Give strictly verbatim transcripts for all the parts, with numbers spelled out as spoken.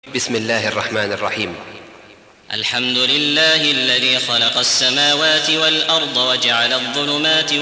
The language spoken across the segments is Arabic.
بسم الله الرحمن الرحيم. الحمد لله الذي خلق السماوات والأرض وجعل الظلمات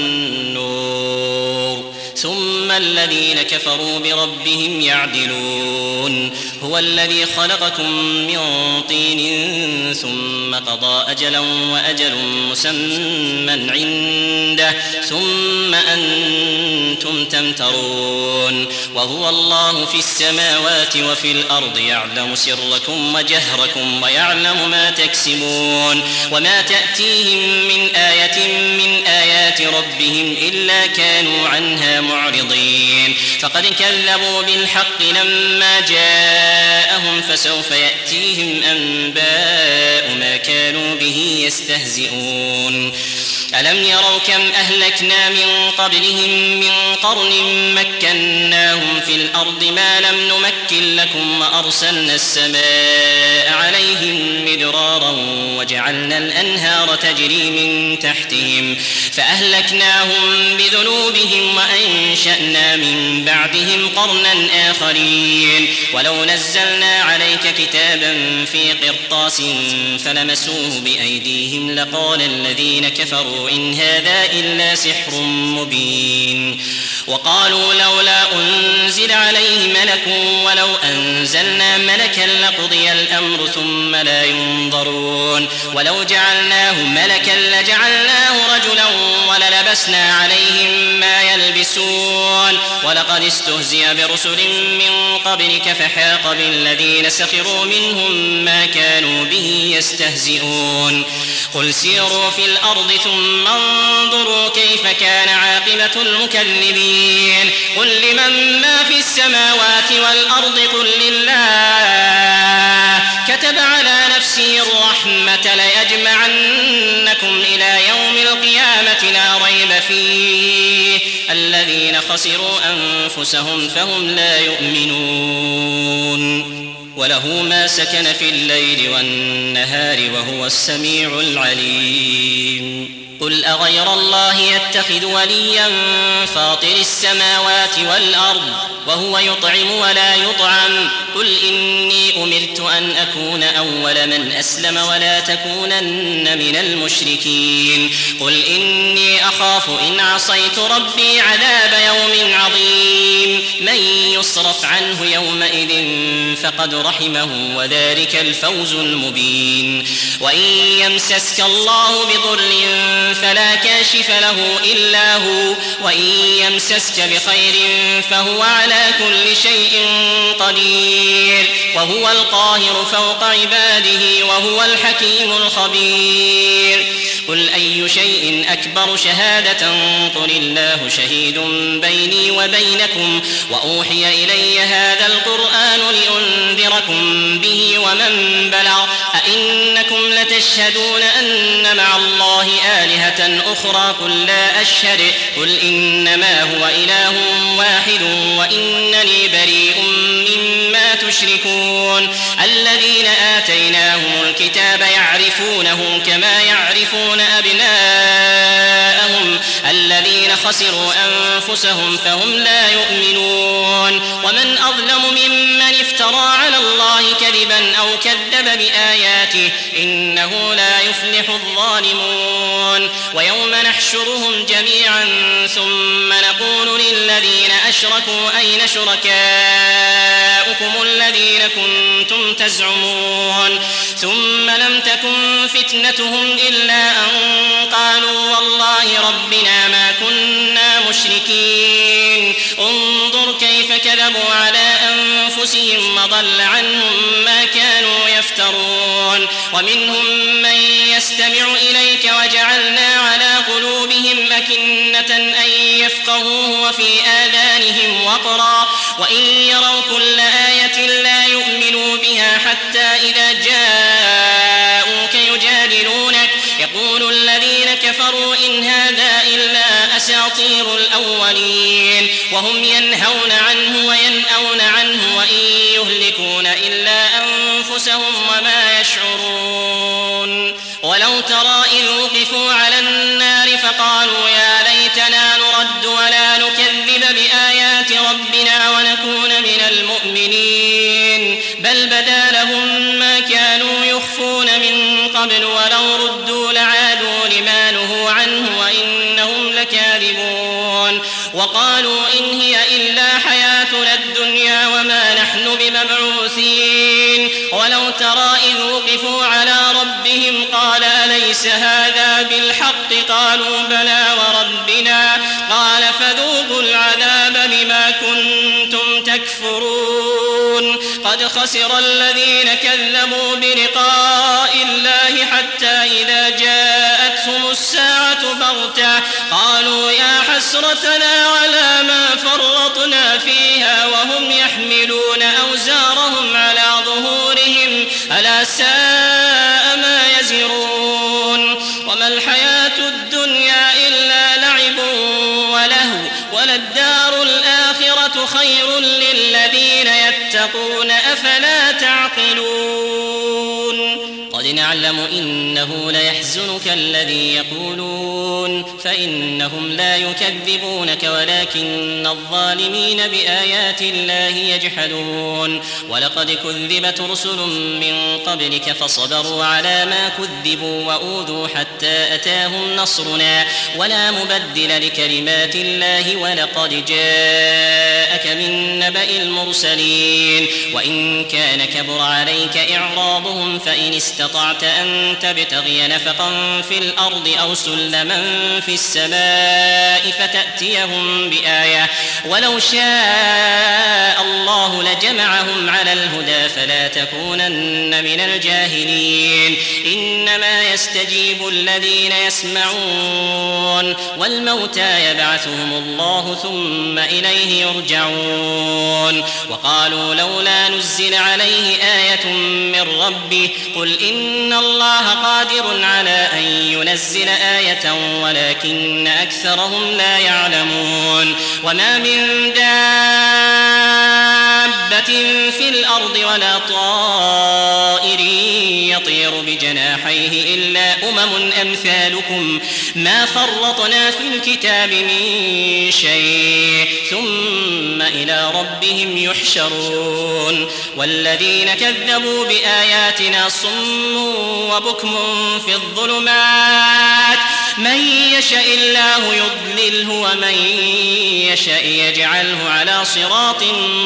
والنور ثم الذين كفروا بربهم يعدلون. هو الذي خلقكم من طين ثم قضى أجلا وأجل مسمى عنده ثم أنتم تمترون. وهو الله في السماوات وفي الأرض يعلم سركم وجهركم ويعلم ما تكسبون. وما تأتيهم من آية من آيات ربهم إلا كانوا عنها معرضين. فقد كذبوا بالحق لما جاءهم فسوف يأتيهم أنباء ما كانوا به يستهزئون. ألم يروا كم أهلكنا من قبلهم من قرن مكناهم في الأرض ما لم نمكن لكم وأرسلنا السماء عليهم مدرارا وجعلنا الأنهار تجري من تحتهم فأهلكناهم بذنوبهم وأنشأنا من بعدهم قرنا آخرين. ولو نزلنا عليك كتابا في قرطاس فلمسوه بأيديهم لقال الذين كفروا إن هذا إلا سحر مبين. وقالوا لولا أنزل عليه ملك ولو أنزلنا ملكا لقضي الأمر ثم لا ينظرون. ولو جعلناه ملكا لجعلناه رجلا وللبسنا عليهم ما يلبسون. ولقد استهزئ برسل من قبلك فحاق بالذين سخروا منهم ما كانوا به يستهزئون. قل سيروا في الأرض ثم انظروا كيف كان عاقبة المكذبين. قل لمن ما في السماوات والأرض قل لله كتب على نفسه الرحمة ليجمعنكم إلى يوم القيامة لا ريب فيه الذين خسروا أنفسهم فهم لا يؤمنون. وله ما سكن في الليل والنهار وهو السميع العليم. قل أغير الله يتخذ وليا فاطر السماوات والأرض وهو يطعم ولا يطعم. قل إني أمرت أن أكون أول من أسلم ولا تكونن من المشركين. قل إني أخاف إن عصيت ربي عذاب يوم عظيم. من يصرف عنه يومئذ فقد رحمه وذلك الفوز المبين. وإن يمسسك الله بضر فلا كاشف له إلا هو وإن يمسسك بخير فهو على كل شيء قدير. وهو القاهر فوق عباده وهو الحكيم الخبير. قل أي شيء أكبر شهادة قل الله شهيد بيني وبينكم وأوحي إلي هذا القرآن لأنذركم به ومن بلغ. أئنكم لتشهدون أن مع الله آلهة أخرى قل لا أشهد قل إنما هو إله واحد وإنني بريء مما تشركون. الذين آتيناهم الكتاب يعرفونه كما يعرفون أبناءهم الذين خسروا أنفسهم فهم لا يؤمنون. ومن أظلم ممن افترى على الله كذبا أو كذب بآياته إنه لا يفلح الظالمون. ويوم نحشرهم جميعا ثم نقول للذين أشركوا أين شركاؤكم الذين كنتم تزعمون ثم لم تكن فتنتهم إلا أن قالوا والله ربنا ما كنا مشركين. انظر كيف كذبوا على أنفسهم وضل عنهم ما كانوا يفترون. ومنهم من يستمع إليك وجعلنا على قلوبهم أكنة أن يفقهوه وفي آذانهم وقرا وإن يروا كل آية لا يؤمنوا بها حتى إذا جاءوك يجادلونك يقول الذين كفروا إن هذا إلا أساطير الأولين. وهم ينهون عنه وينأون عنه وإن يهلكون إلا أنفسهم وما يشعرون. ولو ترى إذ وقفوا على النار فقالوا يا ليتنا نرد ولا نكذب بآيات ربنا ونكون من المؤمنين بل بدل بدا لهم ما كانوا يخفون من قبل ولو ردوا لعادوا لما نهوا عنه وإنهم لكاذبون وقالوا إن هي إلا حياتنا الدنيا وما نحن بمبعوثين ولو ترى إذ وقفوا على ربهم قال أليس هذا بالحق قالوا بلى وربنا قال فذوقوا العذاب بما كنتم تكفرون قد خسر الذين كذبوا بلقاء الله حتى إذا جاءتهم الساعة بغتة قالوا يا حسرتنا على ما فرطنا فيها وهم يحملون أوزارهم على ظهورهم ألا ساء ما يزرون وما الحياة الدنيا إلا لعب ولهو وللدار الآخرة خير للذين يتقون أفلا تعقلون قد نعلم إنه ليحزنك الذي يقولون فإنهم لا يكذبونك ولكن الظالمين بآيات الله يجحدون ولقد كذبت رسل من قبلك فصبروا على ما كذبوا وأوذوا حتى أتاهم نصرنا ولا مبدل لكلمات الله ولقد جاءك من نبأ المرسلين وإن كان كبر عليك إعراضهم فإن استطعت أن تبتغي نفقا في الأرض أو سلما في السماء فتأتيهم بآية ولو شاء الله لجمعهم على الهدى فلا تكونن من الجاهلين إنما يستجيب الذين يسمعون والموتى يبعثهم الله ثم إليه يرجعون وقالوا لولا نزل عليه آية من ربه قل إن الله قادر على أن ينزل آية ولكن أكثرهم لا يعلمون وما من دابة في الأرض ولا طائر يطير بجناحيه إلا أمم أمثالكم ما فرطنا في الكتاب من شيء ثم إلى ربهم يحشرون والذين كذبوا بآياتنا صم وبكم في الظلمات من يشاء الله يضلله ومن يشاء يجعله على صراط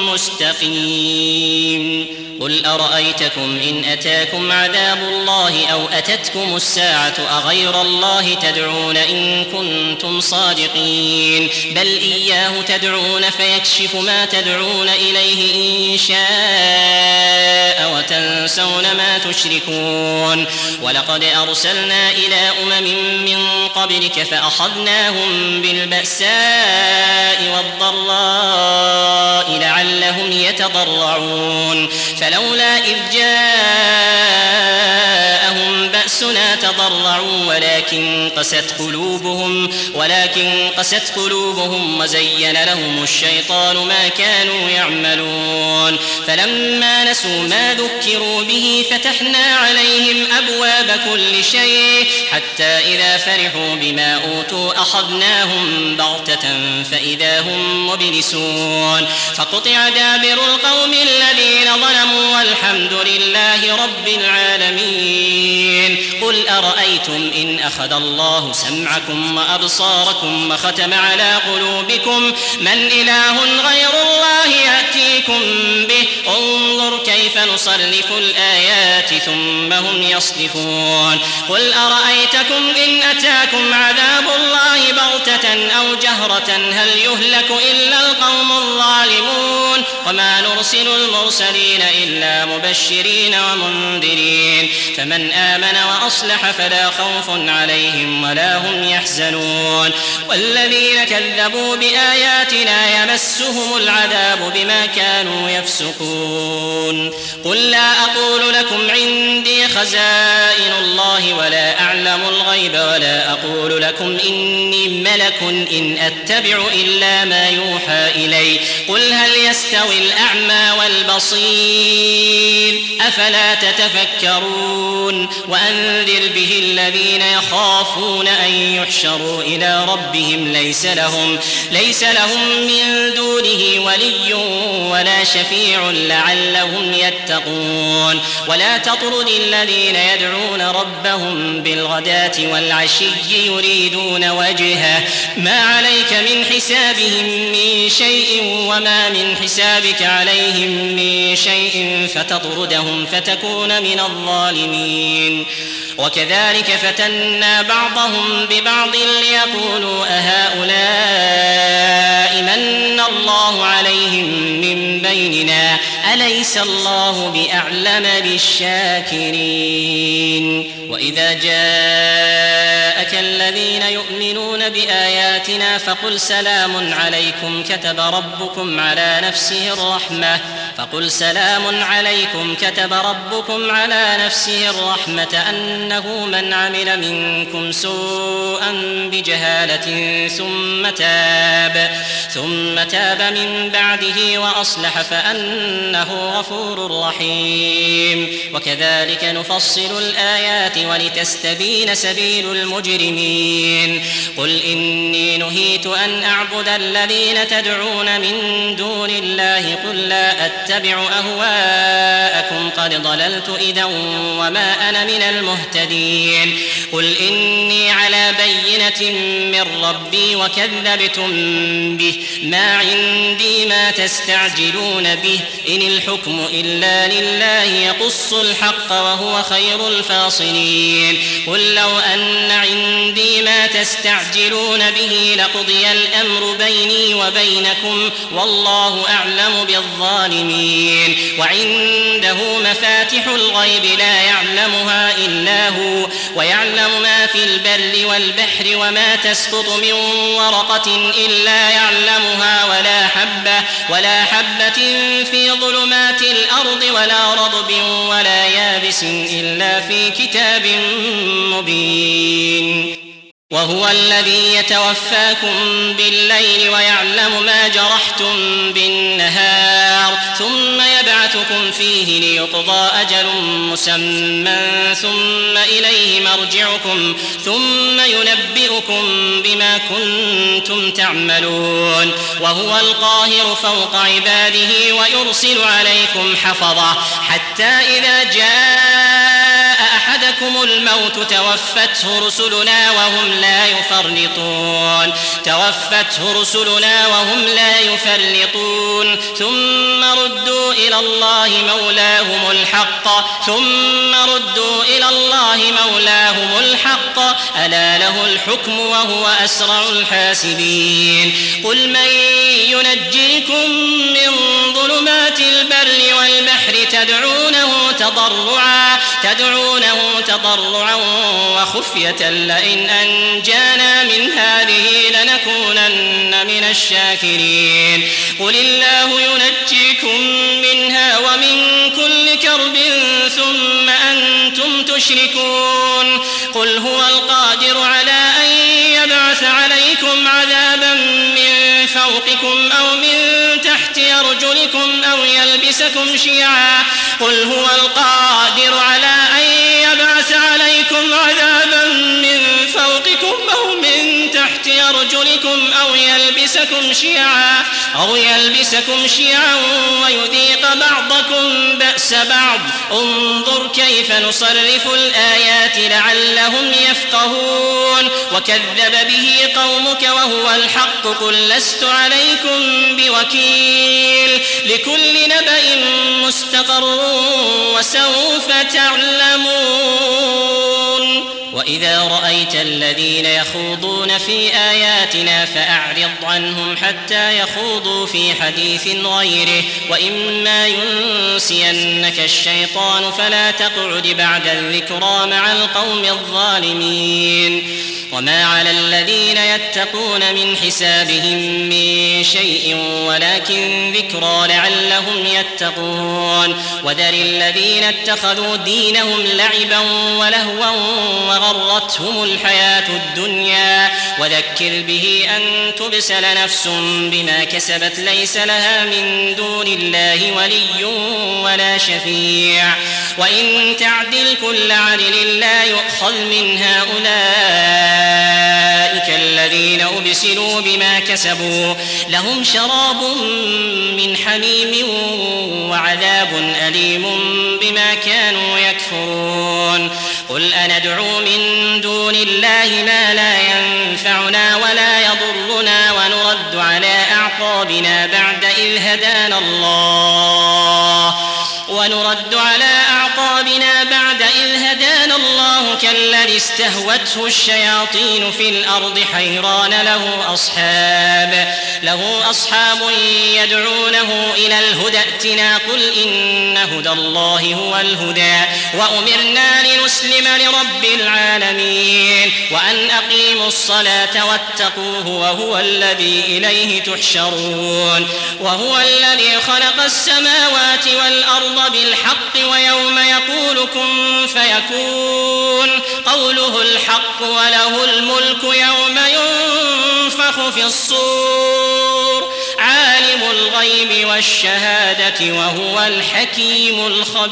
مستقيم قل أرأيتكم إن أتاكم عذاب الله أو أتتكم الساعة أغير الله تدعون إن كنتم صادقين بل إياه تدعون فيكشف ما تدعون إليه إن شاء وتنسون ما تشركون ولقد أرسلنا إلى أمم من قبلك فأخذناهم بالبأساء والضراء لعلهم يتضرعون فلولا إذ جاءهم بأسنا تضرعوا ولكن قست قلوبهم ولكن قست قلوبهم وزين لهم الشيطان ما كانوا يعملون فلما نسوا ما ذكروا به فتحنا عليهم أبواب كل شيء حتى إذا فرحوا بما أوتوا أخذناهم بغتة فإذا هم مبلسون فقطع دابر القوم الذين ظلموا والحمد لله رب العالمين قل أرأيتم إن أخذ الله سمعكم وأبصاركم وختم على قلوبكم من إله غير الله يأتيكم به انظر كيف نصرف الآيات ثم هم يصدفون قل أرأيتكم إن أتاكم عذاب الله بغتة أو جهرة هل يهلك إلا القوم الظالمون وما نرسل المرسلين إلا مبشرين ومنذرين فمن آمن وأصلح فلا خوف عليهم ولا هم يحزنون والذين كذبوا بآياتنا يمسهم العذاب بما كانوا يفسقون قل لا أقول لكم عندي خزائن الله ولا أعلم الغيب ولا أقول لكم إني ملك إن أتبع إلا ما يوحى إلي قل هل يستوي الأعمى والبصير أفلا تتفكرون وأنذر به الذين يخافون أن يحشروا إلى ربهم ليس لهم, ليس لهم من دونه ولي ولا شفيع لعلهم يتقون ولا تطرد الذين يدعون ربهم بالغداة والعشي يريدون وجهه ما عليك من حسابهم من شيء وما من حسابك عليهم من شيء فتطردهم فتكون من الظالمين. وكذلك فتنا بعضهم ببعض ليقولوا أهؤلاء من الله عليهم من بيننا أليس الله بأعلم بالشاكرين. وإذا جاءك الذين يؤمنون بآياتنا فقل سلام عليكم كتب ربكم على نفسه الرحمة فقل سلام عليكم كتب ربكم على نفسه الرحمة أنه من عمل منكم سوءا بجهالة ثم تاب ثم تاب من بعده وأصلح فأنه غفور رحيم. وكذلك نفصل الآيات ولتستبين سبيل المجرمين. قل إني نهيت أن أعبد الذين تدعون من دون الله قل لا أتبع أهواءكم قد ضللت إذا وما أنا من المهتدين. قل إني على بينة من ربي وكذبتم به ما عندي ما تستعجلون به إن الحكم إلا لله يقص الحق وهو خير الفاصلين. قل لو أن عندي ما تستعجلون به لقضي الأمر بيني وبينكم والله أعلم بالظالمين. وعنده مفاتح الغيب لا يعلمها إلا هو ويعلم ما في البر والبحر وما تسقط من ورقة إلا يعلمها ولا حبة ولا حبة في ظلمات الأرض ولا رطب ولا يابس إلا في كتاب مبين. وهو الذي يتوفاكم بالليل ويعلم ما جرحتم بالنهار ثم يبعثكم فيه ليقضى أجل مسمى ثم إليه مرجعكم ثم ينبئكم بما كنتم تعملون. وهو القاهر فوق عباده ويرسل عليكم حفظة حتى إذا جاء أحدكم الموت توفته رسلنا وهم لا يفرطون توفته رسلنا وهم لا يفرطون ثم ردوا إلى الله مولاهم الحق ثم ردوا إلى الله مولاهم الحق ألا له الحكم وهو أسرع الحاسبين. قل من ينجيكم من ظلمات البر والبحر تدعونه تضرعا تدعونه تضرعا وخفية لئن أنجانا من هذه لنكونن من الشاكرين. قل الله ينجيكم منها ومن كل كرب ثم أنتم تشركون. قل هو القادر على أن يبعث عليكم عذابا من فوقكم أو من تحت أرجلكم أو يلبسكم شيعا قل هو القادر على أن يبعث عليكم عذابا من فوقكم أو من تحت أرجلكم أو يلبسكم شيعا أو يلبسكم شيعا ويذيق بعضكم بأس بعض انظر كيف نصرف الآيات لعلهم يفقهون. وكذب به قومك وهو الحق قل لست عليكم بوكيل لكل نبأ مستقر وسوف تعلمون. وإذا رأيت الذين يخوضون في آياتنا فأعرض عنهم حتى يخوضوا في حديث غيره وإما ينسينك الشيطان فلا تقعد بعد الذكرى مع القوم الظالمين. وما على الذين يتقون من حسابهم من شيء ولكن ذكرى لعلهم يتقون وذر الذين اتخذوا دينهم لعبا ولهوا وغرتهم الحياة الدنيا وذكر به أن تبسل نفس بما كسبت ليس لها من دون الله ولي ولا شفيع وإن تعدل كل عدل لا يؤخذ من هؤلاء الذين أبسلوا بما كسبوا لهم شراب من حميم وعذاب أليم بما كانوا يكفرون قل أندعو من دون الله ما لا ينفعنا ولا يضرنا ونرد على أعقابنا بعد إذ هدانا الله ونرد على أعقابنا بعد إذ هدانا الله كالذي استهوته الشياطين في الأرض حيران له أصحاب له أصحاب يدعونه إلى الهدى ائتنا قل إن هدى الله هو الهدى وأمرنا لنسلم لرب العالمين وأن أقيموا الصلاة واتقوه وهو الذي إليه تحشرون وهو الذي خلق السماوات والأرض بالحق ويوم يقول كن فيكون قوله الحق وله الملك يوم ينفخ في الصور عالم الغيب والشهادة وهو الحكيم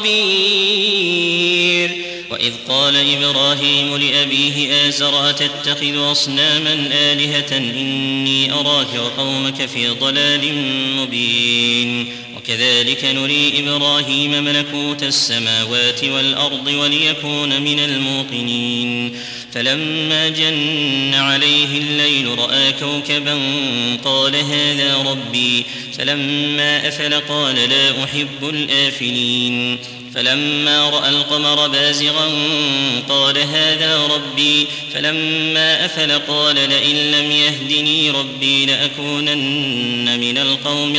الخبير وإذ قال إبراهيم لأبيه آزر أتتخذ أصناما آلهة إني أراك وقومك في ضلال مبين وكذلك نري إبراهيم ملكوت السماوات والأرض وليكون من الموقنين فلما جن عليه الليل رأى كوكبا قال هذا ربي فلما أفل قال لا أحب الآفلين فلما رأى القمر بازغا قال هذا ربي فلما أفل قال لئن لم يهدني ربي لأكونن من القوم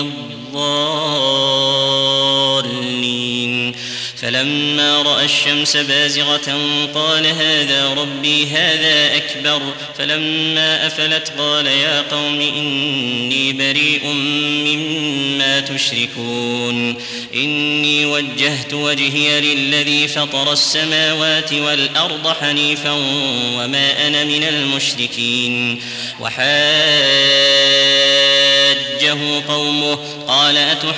الضالين فلما رأى الشمس بازغة قال هذا ربي هذا أكبر فلما أفلت قال يا قوم إني بريء مما تشركون إني وجهت وجهي للذي فطر السماوات والأرض حنيفا وما أنا من المشركين وحاجه قومه قال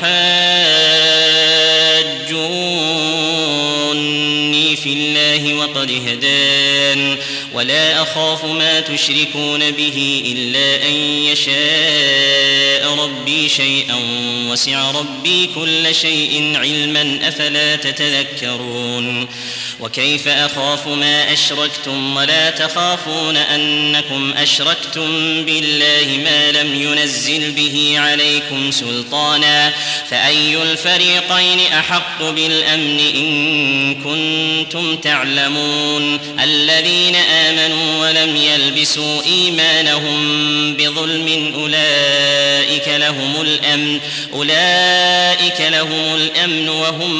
أتحاجوني في الله وقد هدان ولا أخاف ما تشركون به إلا أن يشاء ربي شيئا وسع ربي كل شيء علما أفلا تتذكرون وكيف أخاف ما أشركتم ولا تخافون أنكم أشركتم بالله ما لم ينزل به عليكم سلطانا فأي الفريقين أحق بالأمن إن كنتم تعلمون الذين آمنوا ولم يلبسوا إيمانهم بظلم أولئك لهم الأمن أولئك لهم الأمن وهم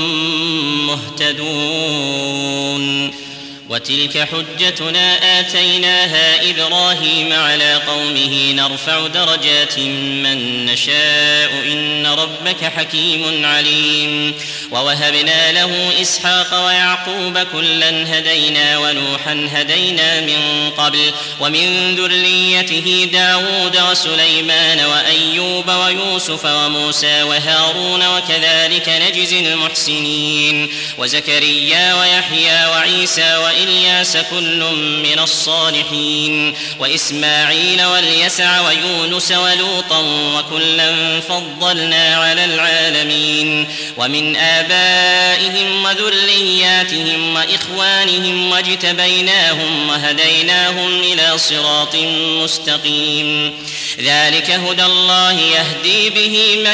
مهتدون وتلك حجتنا آتيناها إبراهيم على قومه نرفع درجات من نشاء إن ربك حكيم عليم ووهبنا له إسحاق ويعقوب كلا هدينا ونوحا هدينا من قبل ومن ذريته داود وسليمان وأيوب ويوسف وموسى وهارون وكذلك نجزي المحسنين وزكريا ويحيى وعيسى وإلياس كل من الصالحين وإسماعيل واليسع ويونس ولوطا وكلا فضلنا على العالمين ومن آبائهم وذرياتهم وإخوانهم واجتبيناهم وهديناهم إلى صراط مستقيم ذلك هدى الله يهدي به من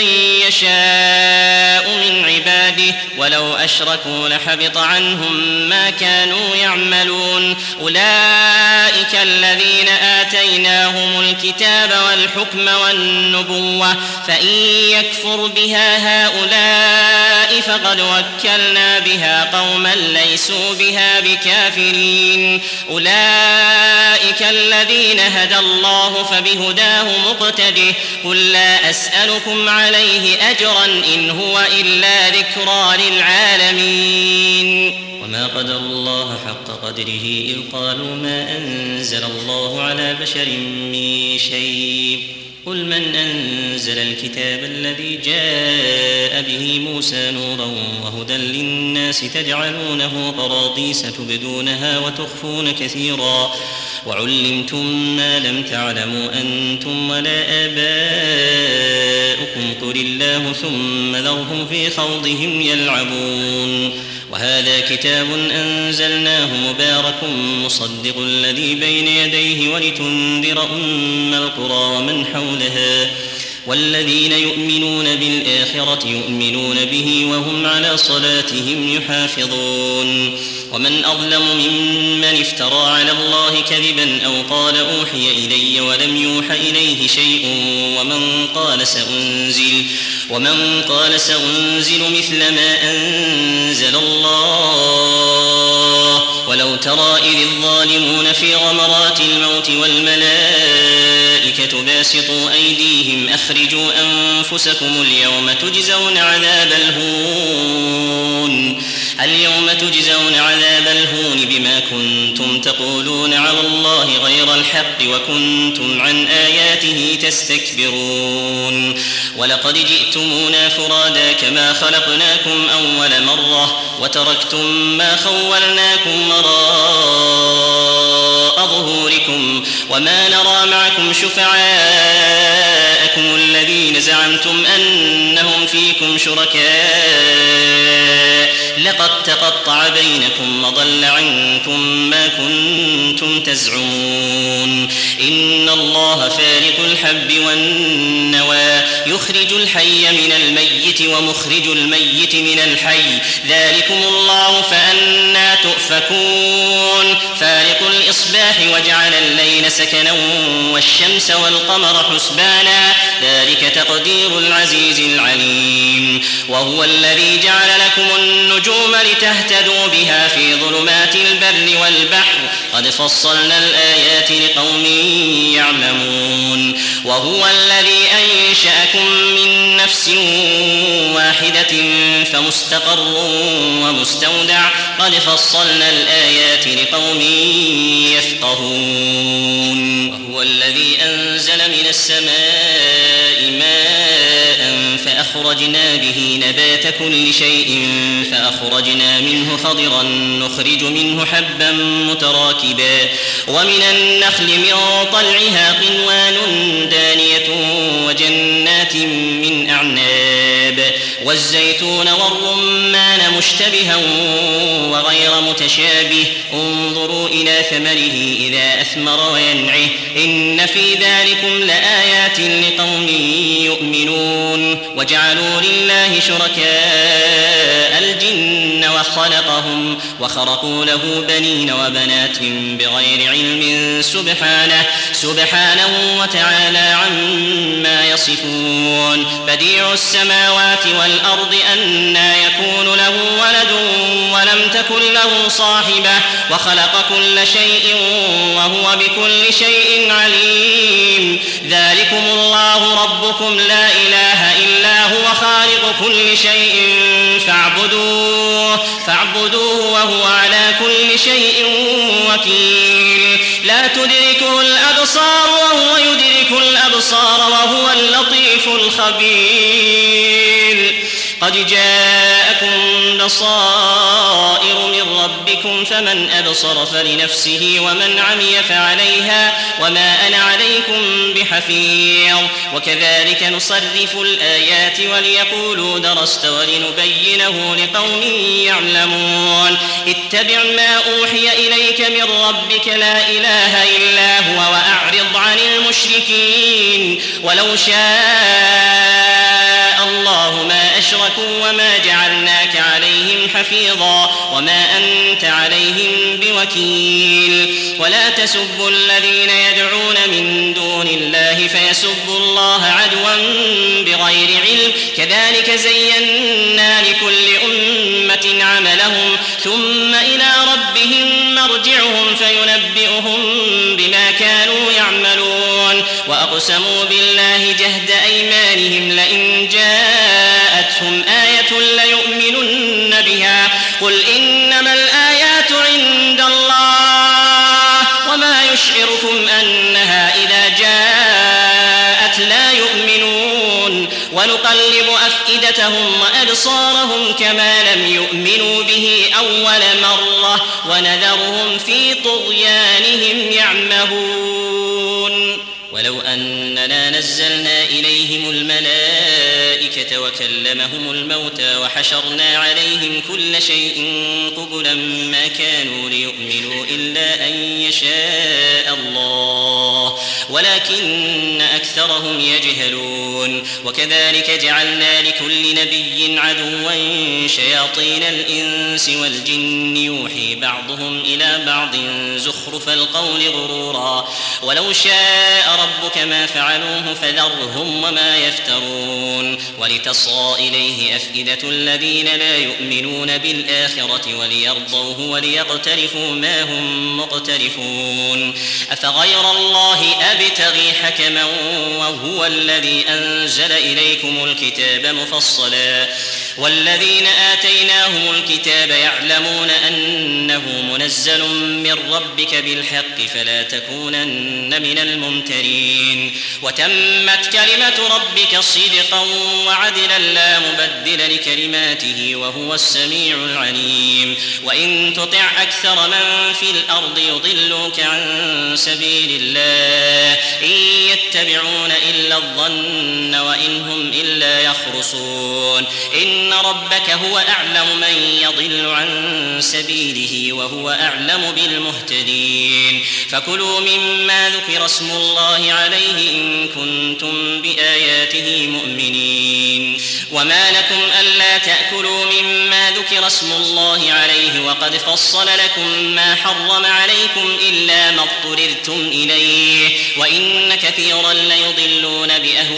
يشاء من عباده ولو أشركوا لحبط عنهم ما كانوا يعملون يعملون أولئك الذين آتيناهم الكتاب والحكم والنبوة فإن يكفر بها هؤلاء فقد وكلنا بها قوما ليسوا بها بكافرين أولئك الذين هدى الله فبهداه مقتده قل لا أسألكم عليه أجرا إن هو إلا ذكرى للعالمين وما قدر الله حق قدره إذ قالوا ما أنزل الله على بشر من شيء قل من أنزل الكتاب الذي جاء به موسى نورا وهدى للناس تجعلونه قراطيس تبدونها وتخفون كثيرا وعلمتم ما لم تعلموا أنتم ولا آباؤكم قل الله ثم ذرهم في خوضهم يلعبون وهذا كتاب أنزلناه مبارك مصدق الذي بين يديه ولتنذر أم القرى ومن حولها والذين يؤمنون بالآخرة يؤمنون به وهم على صلاتهم يحافظون ومن أظلم ممن افترى على الله كذبا أو قال أوحي إلي ولم يوح إليه شيء ومن قال سأنزل ومن قال سأنزل مثل ما أنزل الله ولو ترى إذ الظالمون في غمرات الموت والملائكة باسطوا أيديهم أخرجوا أنفسكم اليوم تجزون عذاب الهون اليوم تجزون عذاب الهون بما كنتم تقولون على الله غير الحق وكنتم عن آياته تستكبرون ولقد جئتمونا فرادا كما خلقناكم أول مرة وتركتم ما خولناكم وراء ظهوركم وما نرى معكم شفعاءكم الذين زعمتم أنهم فيكم شركاء لقد تقطع بينكم وضل عنكم ما كنتم تزعمون إن الله فارق الحب والنوى يخرج الحي من الميت ومخرج الميت من الحي ذلكم الله فأنى تؤفكون فارق الإصباح وجعل الليل سكنا والشمس والقمر حسبانا ذلك تقدير العزيز العليم وهو الذي جعل لكم النجوم لتهتدوا بها في ظلمات البر والبحر قد فصلنا الآيات لقوم يعلمون وهو الذي أنشأكم من نفس واحدة فمستقر ومستودع قد فصلنا الآيات لقوم يفقهون وهو الذي أنزل من السماء ماء فأخرجنا به نبات كل شيء فأخرجنا منه خضرا نخرج منه حبا متراكبا ومن النخل من طلعها قنوان دانية وجنات من أعناب والزيتون والرمان مشتبها وغير متشابه انظروا إلى ثمره إذا أثمر وينعه إن في ذلكم لآيات لقوم يؤمنون وجعلوا لله شركاء الجن وخلقهم وخرقوا له بنين وبنات بغير علم سبحانه سبحانه وتعالى عما يصفون بديع السماوات والأرض أنى يكون له ولد ولم تكن له صاحبة وخلق كل شيء وهو بكل شيء عليم ذلكم الله ربكم لا إله إلا هو خالق كل شيء فاعبدوه فاعبدوه وهو على كل شيء وكيل لا تدركه الأبصار وهو يدرك الأبصار وهو اللطيف الخبير قد جاءكم بصائر من ربكم فمن أبصر فلنفسه ومن عمي فعليها وما أنا عليكم بحفيظ وكذلك نصرف الآيات وليقولوا درست ولنبينه لقوم يعلمون اتبع ما أوحي إليك من ربك لا إله إلا هو وأعرض عن المشركين ولو شاء الله ما أشركوا وما جعلناك عليهم حفيظا وما أنت عليهم بوكيل وكيل ولا تسبوا الذين يدعون من دون الله فيسبوا الله عدوا بغير علم كذلك زينا لكل أمة عملهم ثم إلى ربهم مرجعهم فينبئهم بما كانوا يعملون وأقسموا بالله جهد أيمانهم لئن جاءتهم آية ليؤمنن بها قل إنما الآيات عند الله وما يشعركم أنها إذا جاءت لا يؤمنون ونقلب أفئدتهم وأبصارهم كما لم يؤمنوا به أول مرة ونذرهم في طغيانهم يعمهون ولو أننا نزلنا إليهم الملائكة وكلمهم الموتى وحشرنا عليهم كل شيء قبلا ما كانوا ليؤمنوا إلا أن يشاء الله ولكن أكثرهم يجهلون وكذلك جعلنا لكل نبي عدوا شياطين الإنس والجن يوحي بعضهم إلى بعض زخرف القول غرورا ولو شاء ربك ما فعلوه فذرهم وما يفترون ولتصغى إليه أفئدة الذين لا يؤمنون بالآخرة وليرضوه وليقترفوا ما هم مقترفون أفغير الله أبتغي حكما وهو الذي أنزل إليكم الكتاب مفصلا والذين آتيناهم الكتاب يعلمون أنه منزل من ربك بالحق فلا تكونن من الممترين وتمت كلمة ربك صدقا وعدلا لا مبدل لكلماته وهو السميع العليم وإن تطع أكثر من في الأرض يضلوك عن سبيل الله إن يتبعون إلا الظن وإن هم إلا يخرصون إن ربك هو أعلم من يضل عن سبيله وهو أعلم بالمهتدين فكلوا مما ذكر اسم الله عليه إن كنتم بآياته مؤمنين وما لكم ألا تأكلوا مما ذكر اسم الله عليه وقد فصل لكم ما حرم عليكم إلا ما اضطررتم إليه وإن كثيرا ليضلون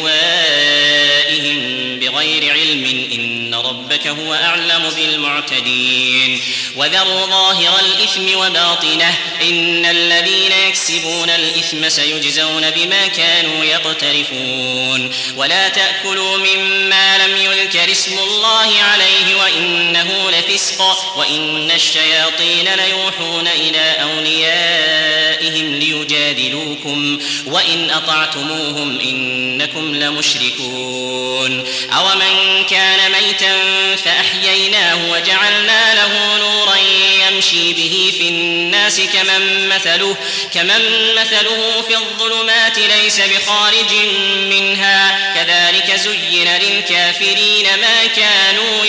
بأهوائهم بغير علم إن ربك هو أعلم بالمعتدين وذروا ظاهر الإثم وباطنه إن الذين يكسبون الإثم سيجزون بما كانوا يقترفون ولا تأكلوا مما لم يذكر اسم الله عليه وإنه لفسق وإن الشياطين ليوحون إلى أوليائهم ليجادلوكم وإن أطعتموهم إنكم لمشركون أومن كان ميتا فأحييناه وجعلنا له نورا يمشي به في الناس كمن مثله, كمن مثله في الظلمات ليس بخارج منها كذلك زين للكافرين ما كانوا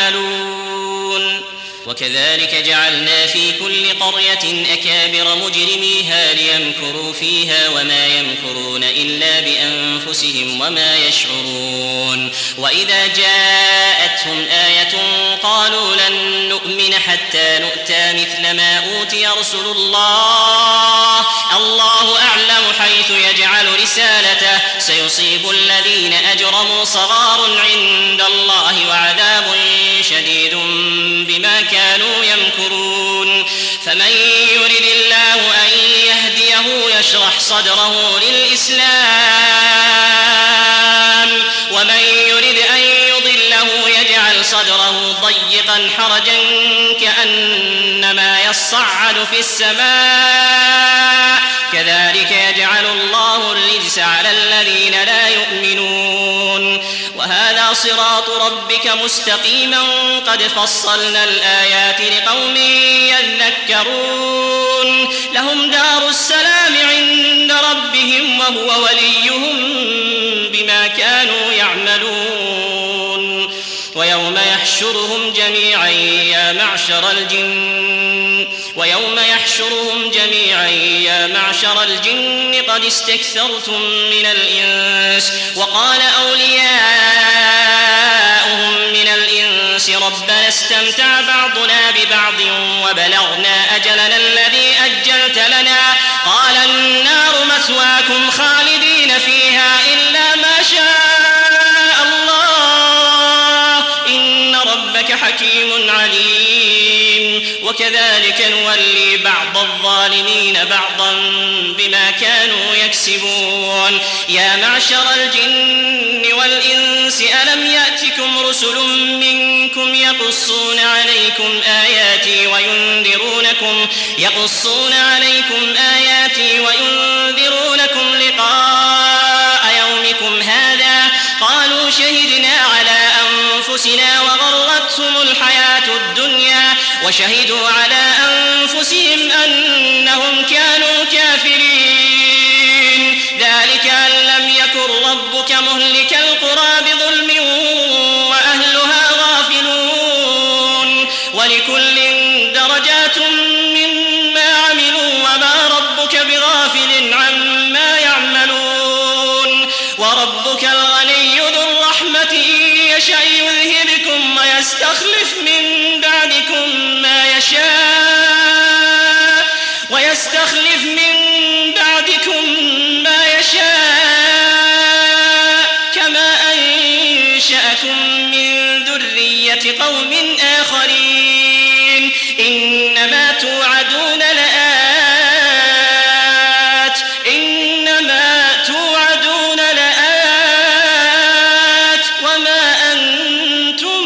يعملون وكذلك جعلنا في كل قرية أكابر مجرميها ليمكروا فيها وما يمكرون إلا بأنفسهم وما يشعرون وإذا جاءتهم آية قالوا لن نؤمن حتى نؤتى مثل ما أوتي رسل الله الله أعلم حيث يجعل رسالته سيصيب الذين أجرموا صغار عند الله وعذاب شديد بما كانوا يمكرون فمن يرد الله أن يهديه يشرح صدره للإسلام ومن يرد أن يضله يجعل صدره ضيقا حرجا كأنما يصعد في السماء كذلك يجعل الله الرجس على الذين لا يؤمنون وهذا صراط ربك مستقيما قد فصلنا الآيات لقوم يذكرون لهم دار السلام عند ربهم وهو وليهم بما كانوا يعملون ويوم يحشرهم جميعا يا معشر الجن ويوم يحشرهم جميعا يا معشر الجن قد استكثرتم من الإنس وقال أولياؤهم من الإنس ربنا استمتع بعضنا ببعض وبلغنا أجلنا وكذلك نولي بعض الظالمين بعضا بما كانوا يكسبون يا معشر الجن والإنس ألم يأتكم رسل منكم يقصون عليكم آياتي وينذرونكم يقصون عليكم آياتي وينذرونكم لقاء يومكم هذا قالوا شهدنا على أنفسنا وغرتهم الحياة الدنيا وشهدوا على أنفسهم أنهم كانوا كافرين ذلك أن لم يكن ربك مهلك القرى بظلم وأهلها غافلون ولكل درجات مما عملوا وما ربك بغافل عما يعملون وربك الغني ذو الرحمة إن يشأ يذهبكم ويستخلف من بعدكم ما يشاء ويستخلف من بعدكم ما يشاء كما أنشأكم من ذرية قوم آخرين إنما توعدون لآت إنما توعدون لآت وما أنتم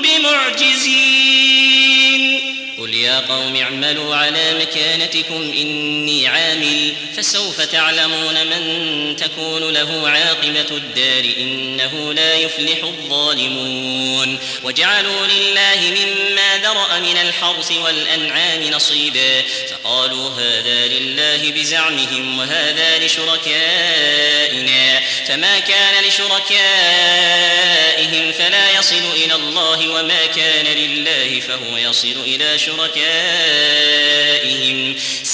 بمعجزين قل يا قوم اعملوا على مكانتكم إني عامل فسوف تعلمون من تكون له عاقبة الدار إنه لا يفلح الظالمون وجعلوا لله مما ذرأ من الحرث والأنعام نصيبا فقالوا هذا لله بزعمهم وهذا لشركائنا فما كان لشركائهم فلا يصل إلى الله وما كان لله فهو يصل إلى شركائهم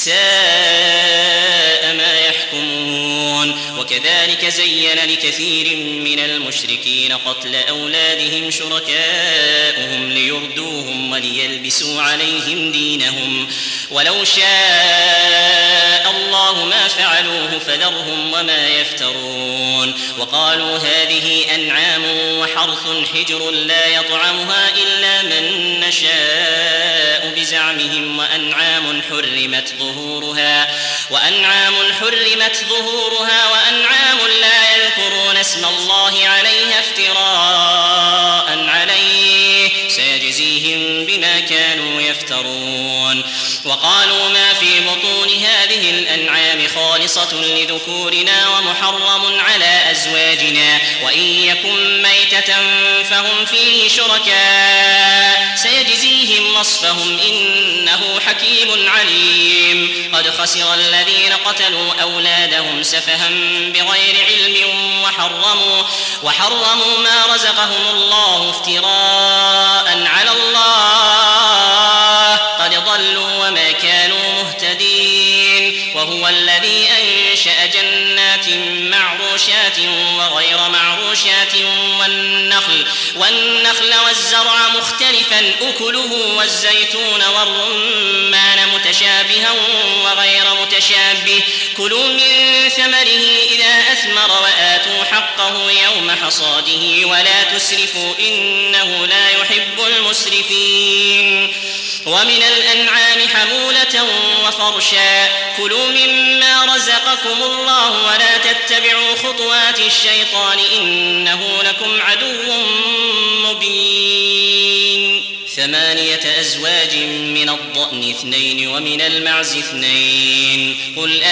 ساء ما يحكمون وكذلك زين لكثير من المشركين قتل أولادهم شركاؤهم ليردوهم وليلبسوا عليهم دينهم ولو شاء الله ما فعلوه فذرهم وما يفترون وقالوا هذه أنعام وحرث حجر لا يطعمها إلا من نشاء بزعمهم وأنعام حرمت ظهورها وأنعام حرمت ظهورها وأنعام لا يذكرون اسم الله عليها افتراء عليه سيجزيهم بما كانوا يفترون وقالوا ما في بطون هذه الأنعام خالصة لذكورنا ومحرم على أزواجنا وإن يكن ميتة فهم فيه شركاء سيجزيهم وصفهم إنه حكيم عليم قد خسر الذين قتلوا أولادهم سفها بغير علم وحرموا, وحرموا ما رزقهم الله افتراء على الله قد ضلوا وما كانوا مهتدين وهو الذي أنشأ جنات معروشات وغير معروشات والنخل, والنخل والزرع مختلفا أكله والزيتون والرمان متشابها وغير متشابه كلوا من ثمره إذا أثمر وآتوا حقه يوم حصاده ولا تسرفوا إنه لا يحب المسرفين ومن الأنعام حمولة وفرشا كلوا مما رزقكم الله ولا تتبعوا خطوات الشيطان إنه لكم عدو مبين ثمانية أزواج من الضأن اثنين ومن المعز اثنين قل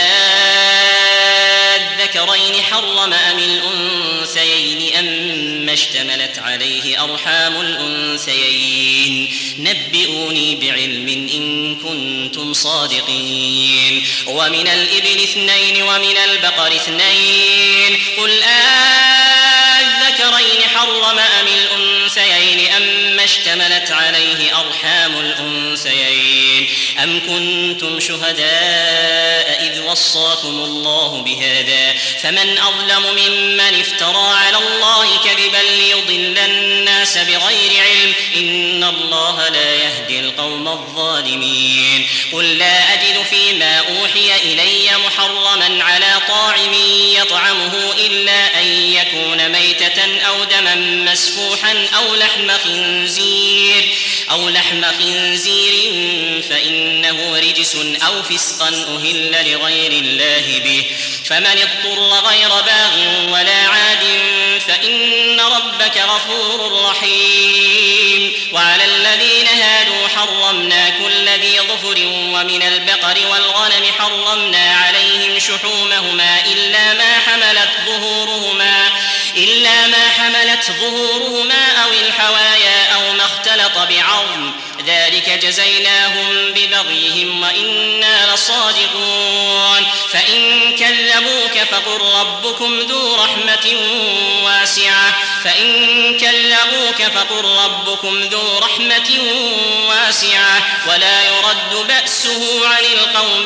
آذكرين حرم أم الأنثيين أما اشتملت عليه أرحام الأنثيين نبئوني بعلم إن كنتم صادقين ومن الإبل اثنين ومن البقر اثنين قل آذكرين حرم أم الأنثيين أما اشتملت عليه أرحام الأنثيين أم كنتم شهداء إذ وصاكم الله بهذا فمن أظلم ممن افترى على الله كذبا ليضل الناس بغير علم إن الله لا يهدي القوم الظالمين قل لا أجد فيما أوحي إلي محرما على طاعم يطعمه إلا أن يكون ميتة أو دما مسفوحا أو لحم خنزير أو لحم خنزير فإنه رجس أو فسقا أهل لغير الله به، فمن اضطر غير باغ ولا عاد فإن ربك غفور رحيم. وعلى الذين هادوا حرمنا كل ذي ظفر ومن البقر والغنم حرمنا عليهم شحومهما إلا ما حملت ظهورهما إلا ما حملت ظهورهما أو الحوايا أو ما اختلط بعظم، ذلك جزيناهم ببغيهم وإنا لصادقون. فإن كذبوك فقل ربكم ذو رحمة واسعة فإن كذبوك فقل ربكم ذو رحمة واسعة ولا يرد بأسه عن القوم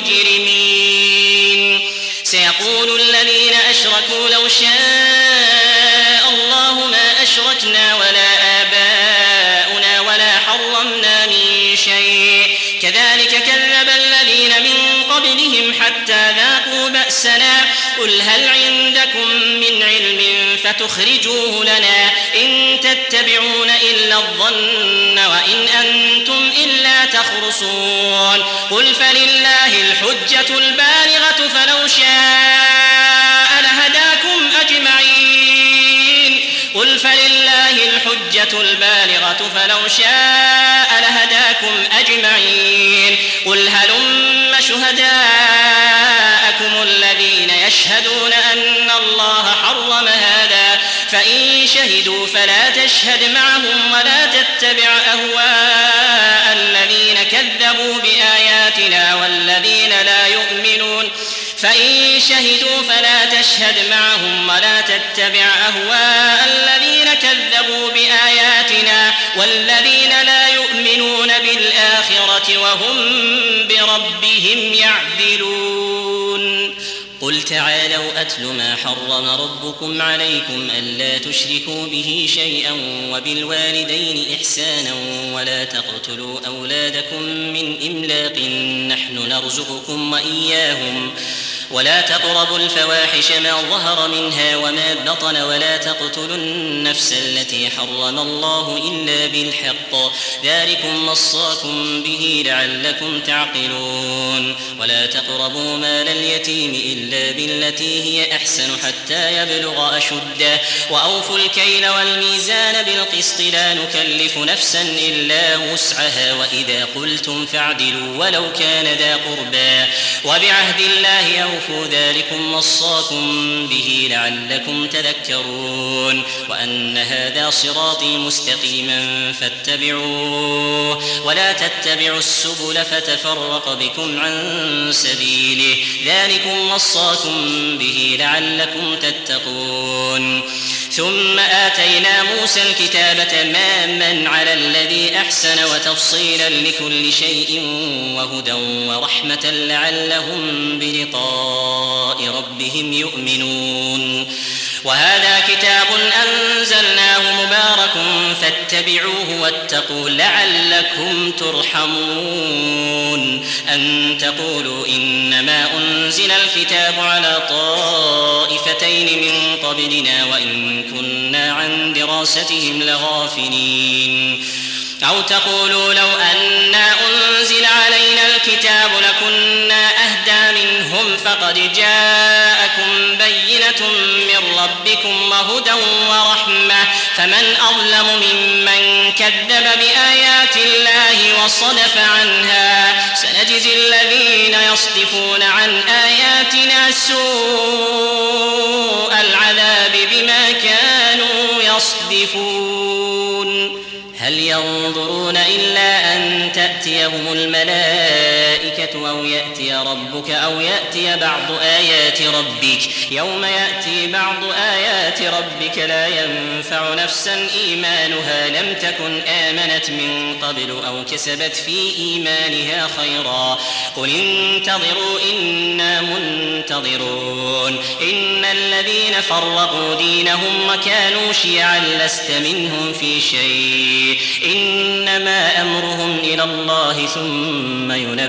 المجرمين. سيقول الذين أشركوا لو شاء الله ما أشركنا ولا آباؤنا ولا حرمنا من شيء كذلك كذب الذين من قبلهم حتى ذاقوا بأسنا قل هل عندكم من علم فتخرجوه لنا إن تتبعون إلا الظن وإن أنتم إلا تخرصون. قل فلله الحجة البالغة فلو شاء لهداكم أجمعين قل فلله الحجة البالغة فلو شاء لهداكم أجمعين. قل هلم شهداءكم الذين يشهدون أن الله حرم هذا فإن شهدوا فلا تشهد معهم ولا تتبع أهواء الذين كذبوا بآياتنا والذين لا يؤمنون فإن شهدوا فلا تشهد معهم ولا تتبع أهواء الذين كذبوا بآياتنا والذين لا يؤمنون بالآخرة وهم بربهم يعدلون. قل تعالوا أتل ما حرم ربكم عليكم ألا تشركوا به شيئا وبالوالدين إحسانا ولا تقتلوا أولادكم من إملاق نحن نرزقكم وإياهم ولا تقربوا الفواحش ما ظهر منها وما بطن ولا تقتلوا النفس التي حرم الله إلا بالحق ذلكم وصاكم به لعلكم تعقلون. ولا تقربوا مال اليتيم إلا بالتي هي أحسن حتى يبلغ أشده وأوفوا الكيل والميزان بالقسط لا نكلف نفسا إلا وسعها وإذا قلتم فاعدلوا ولو كان ذا قربى وبعهد الله أوفوا ذلكم وصاكم به لعلكم تذكرون. وأن هذا صراطي مستقيما فاتبعوه ولا تتبعوا السبل فتفرق بكم عن سبيله ذلكم وصاكم به لعلكم تتقون. ثم آتينا موسى الكتاب تماما على الذي أحسن وتفصيلا لكل شيء وهدى ورحمة لعلهم بلقاء ربهم يؤمنون. وهذا كتاب أنزلناه مبارك فاتبعوه واتقوا لعلكم ترحمون. أن تقولوا إنما أنزل الكتاب على طائفتين من قبلنا وإن كنا عن دراستهم لغافلين أو تقولوا لو أنا أنزل علينا الكتاب لكنا أهدى منهم فقد جاءكم بينة من ربكم وهدى ورحمة فمن أظلم ممن كذب بآيات الله وصدف عنها سنجزي الذين يصدفون عن آياتنا سوء العذاب بما كانوا يصدفون. هل ينظرون إلا أن تأتيهم الملائكة أو يأتي ربك أو يأتي بعض آيات ربك يوم يأتي بعض آيات ربك لا ينفع نفسا إيمانها لم تكن آمنت من قبل أو كسبت في إيمانها خيرا قل انتظروا إنا منتظرون. إن الذين فرقوا دينهم وكانوا شيعا لست منهم في شيء إنما أمرهم إلى الله ثم ينبئهم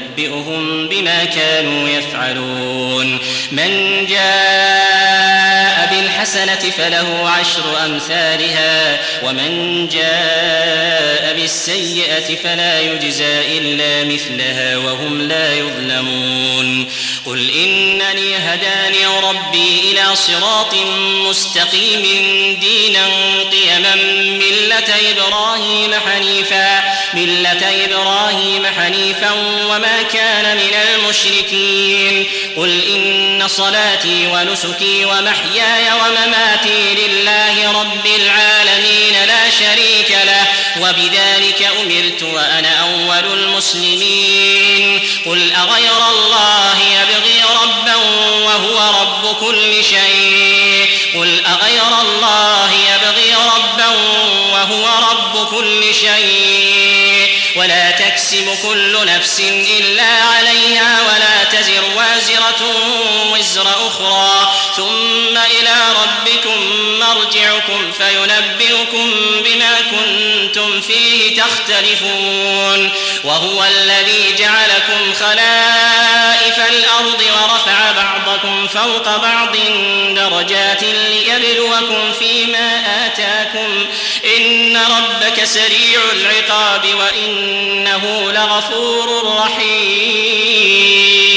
ونبئكم بما كانوا يفعلون من جاء بالحسنة فله عشر أمثالها ومن جاء بالسيئة فلا يجزى إلا مثلها وهم لا يظلمون قل إنني هداني ربي إلى صراط مستقيم دينا قيما ملة إبراهيم حنيفا ملة إبراهيم حنيفا وما كان من المشركين قل إن صلاتي ونسكي ومحياي ومماتي لله رب العالمين لا شريك له وبذلك أمرت وأنا أول المسلمين قل أغير الله يبغي ربا وهو رب كل شيء قل أغير الله يبغي ربا وهو رب كل شيء ولا تكسب كل نفس إلا عليها ولا تزر وازرة وزر أخرى ثم إلى ربكم مرجعكم فينبئكم بما كنتم فيه تختلفون وهو الذي جعلكم خلائف الأرض ورفع بعضكم فوق بعض درجات ليبلوكم فيما آتاكم إن ربك سريع العقاب وإنه لغفور رحيم